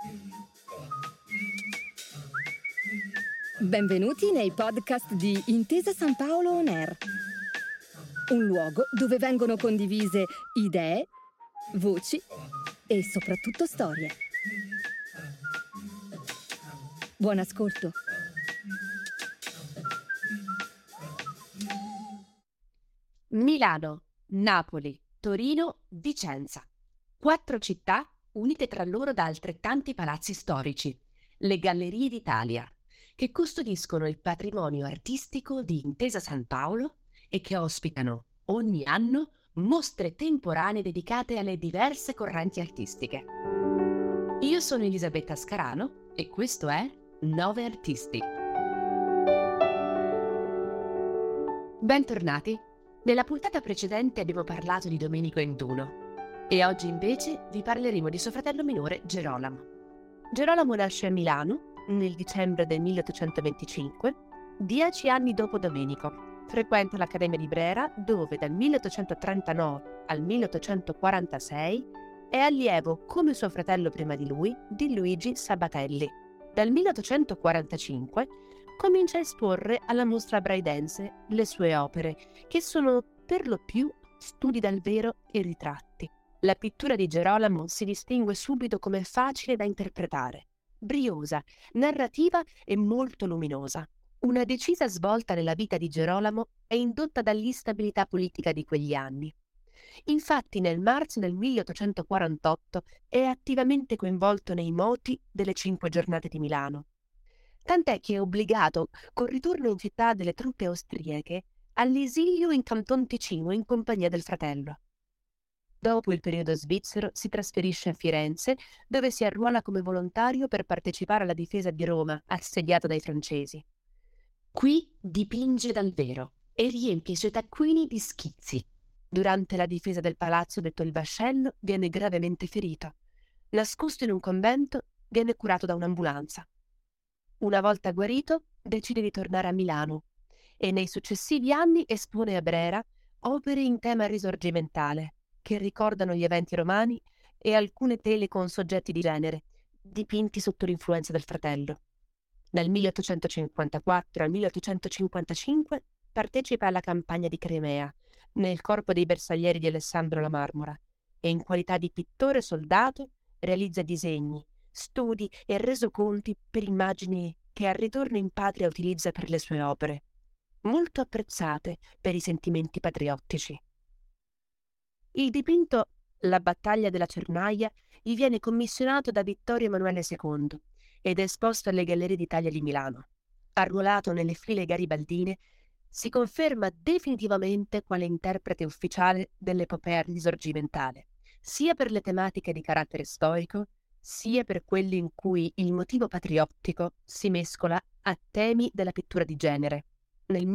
Benvenuti nei podcast di Intesa San Paolo On Air, un luogo dove vengono condivise idee, voci e soprattutto storie. Buon ascolto. Milano, Napoli, Torino, Vicenza. 4 città unite tra loro da altrettanti palazzi storici, le Gallerie d'Italia, che custodiscono il patrimonio artistico di Intesa San Paolo e che ospitano ogni anno mostre temporanee dedicate alle diverse correnti artistiche. Io sono Elisabetta Scarano e questo è 9 Artisti. Bentornati! Nella puntata precedente abbiamo parlato di Domenico Enduno e oggi invece vi parleremo di suo fratello minore Gerolamo. Gerolamo nasce a Milano nel dicembre del 1825, 10 anni dopo Domenico. Frequenta l'Accademia di Brera, dove dal 1839 al 1846 è allievo, come suo fratello prima di lui, di Luigi Sabatelli. Dal 1845 comincia a esporre alla Mostra Braidense le sue opere, che sono per lo più studi dal vero e ritratti. La pittura di Gerolamo si distingue subito come facile da interpretare, briosa, narrativa e molto luminosa. Una decisa svolta nella vita di Gerolamo è indotta dall'instabilità politica di quegli anni. Infatti nel marzo del 1848 è attivamente coinvolto nei moti delle 5 giornate di Milano. Tant'è che è obbligato, col ritorno in città delle truppe austriache, all'esilio in Canton Ticino in compagnia del fratello. Dopo il periodo svizzero si trasferisce a Firenze, dove si arruola come volontario per partecipare alla difesa di Roma, assediata dai francesi. Qui dipinge dal vero e riempie i suoi taccuini di schizzi. Durante la difesa del palazzo detto il Vascello viene gravemente ferito. Nascosto in un convento, viene curato da un'ambulanza. Una volta guarito, decide di tornare a Milano e nei successivi anni espone a Brera opere in tema risorgimentale che ricordano gli eventi romani e alcune tele con soggetti di genere, dipinti sotto l'influenza del fratello. Dal 1854 al 1855 partecipa alla campagna di Crimea, nel corpo dei bersaglieri di Alessandro la Marmora, e in qualità di pittore soldato realizza disegni, studi e resoconti per immagini che al ritorno in patria utilizza per le sue opere, molto apprezzate per i sentimenti patriottici. Il dipinto La battaglia della Cernaia gli viene commissionato da Vittorio Emanuele II ed è esposto alle Gallerie d'Italia di Milano. Arruolato nelle file garibaldine, si conferma definitivamente quale interprete ufficiale dell'epopea risorgimentale, sia per le tematiche di carattere storico, sia per quelli in cui il motivo patriottico si mescola a temi della pittura di genere. Nel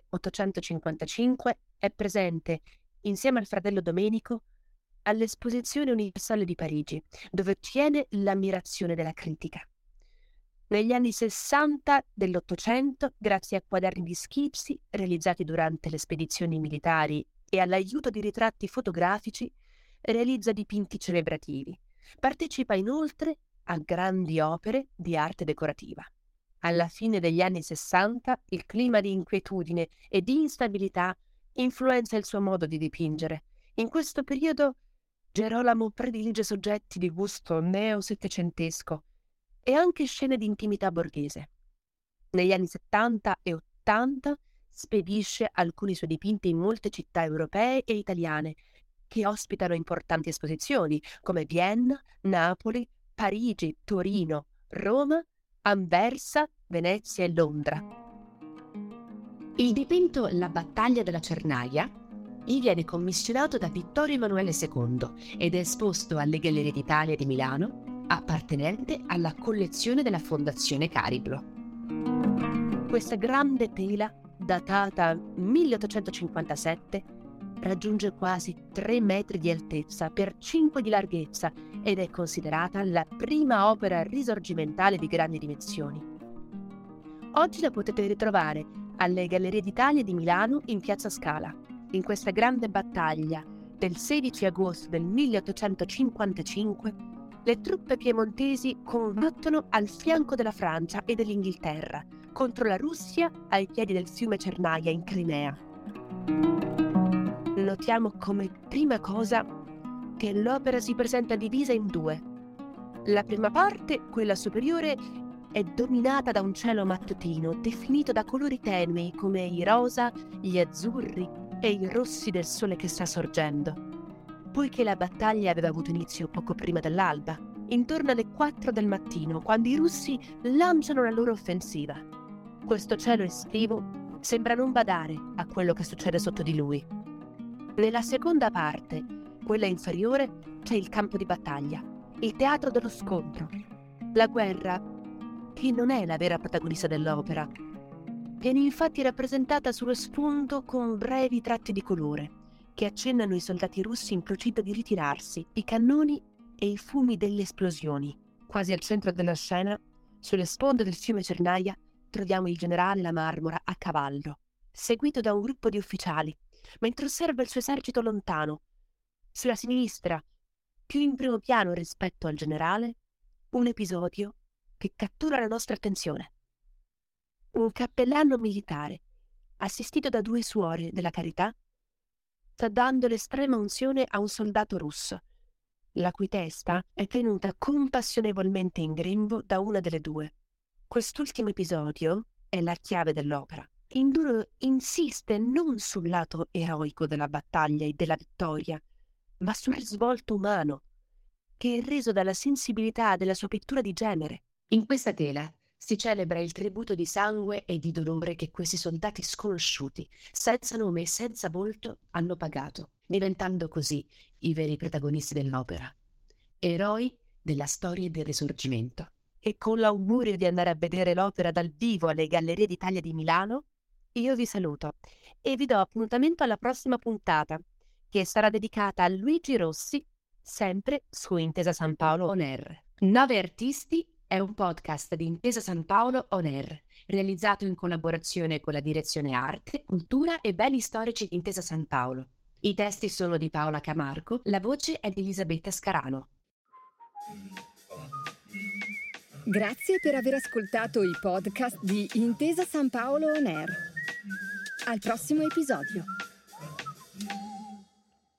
1855 è presente, insieme al fratello Domenico, all'Esposizione Universale di Parigi, dove ottiene l'ammirazione della critica. Negli anni 60 dell'Ottocento, grazie a quaderni di schizzi realizzati durante le spedizioni militari e all'aiuto di ritratti fotografici, realizza dipinti celebrativi. Partecipa inoltre a grandi opere di arte decorativa. Alla fine degli anni 60 il clima di inquietudine e di instabilità influenza il suo modo di dipingere. In questo periodo Gerolamo predilige soggetti di gusto neo-settecentesco e anche scene di intimità borghese. Negli anni 70 e 80 spedisce alcuni suoi dipinti in molte città europee e italiane che ospitano importanti esposizioni come Vienna, Napoli, Parigi, Torino, Roma, Anversa, Venezia e Londra. Il dipinto La battaglia della Cernaia gli viene commissionato da Vittorio Emanuele II ed è esposto alle Gallerie d'Italia di Milano, appartenente alla collezione della Fondazione Cariblo. Questa grande tela, datata 1857, raggiunge quasi 3 metri di altezza per 5 di larghezza ed è considerata la prima opera risorgimentale di grandi dimensioni. Oggi la potete ritrovare alle Gallerie d'Italia di Milano in Piazza Scala. In questa grande battaglia del 16 agosto del 1855 le truppe piemontesi combattono al fianco della Francia e dell'Inghilterra contro la Russia ai piedi del fiume Cernaia in Crimea. Notiamo come prima cosa che l'opera si presenta divisa in due. La prima parte, quella superiore, è dominata da un cielo mattutino definito da colori tenui come i rosa, gli azzurri e i rossi del sole che sta sorgendo. Poiché la battaglia aveva avuto inizio poco prima dell'alba, intorno alle 4 del mattino, quando i russi lanciano la loro offensiva. Questo cielo estivo sembra non badare a quello che succede sotto di lui. Nella seconda parte, quella inferiore, c'è il campo di battaglia, il teatro dello scontro, la guerra, che non è la vera protagonista dell'opera. Viene infatti rappresentata sullo sfondo con brevi tratti di colore, che accennano i soldati russi in procinto di ritirarsi, i cannoni e i fumi delle esplosioni. Quasi al centro della scena, sulle sponde del fiume Cernaia, troviamo il generale La Marmora a cavallo, seguito da un gruppo di ufficiali, mentre osserva il suo esercito lontano. Sulla sinistra, più in primo piano rispetto al generale, un episodio che cattura la nostra attenzione. Un cappellano militare, assistito da 2 suore della carità, sta dando l'estrema unzione a un soldato russo, la cui testa è tenuta compassionevolmente in grembo da una delle 2. Quest'ultimo episodio è la chiave dell'opera. Induro insiste non sul lato eroico della battaglia e della vittoria, ma sul risvolto umano, che è reso dalla sensibilità della sua pittura di genere. In questa tela si celebra il tributo di sangue e di dolore che questi soldati sconosciuti, senza nome e senza volto, hanno pagato, diventando così i veri protagonisti dell'opera, eroi della storia del Risorgimento. E con l'augurio di andare a vedere l'opera dal vivo alle Gallerie d'Italia di Milano, io vi saluto e vi do appuntamento alla prossima puntata, che sarà dedicata a Luigi Rossi, sempre su Intesa San Paolo On Air. 9 Artisti è un podcast di Intesa San Paolo On Air, realizzato in collaborazione con la Direzione Arte, Cultura e Beni Storici di Intesa San Paolo. I testi sono di Paola Camarco, la voce è di Elisabetta Scarano. Grazie per aver ascoltato i podcast di Intesa San Paolo On Air. Al prossimo episodio.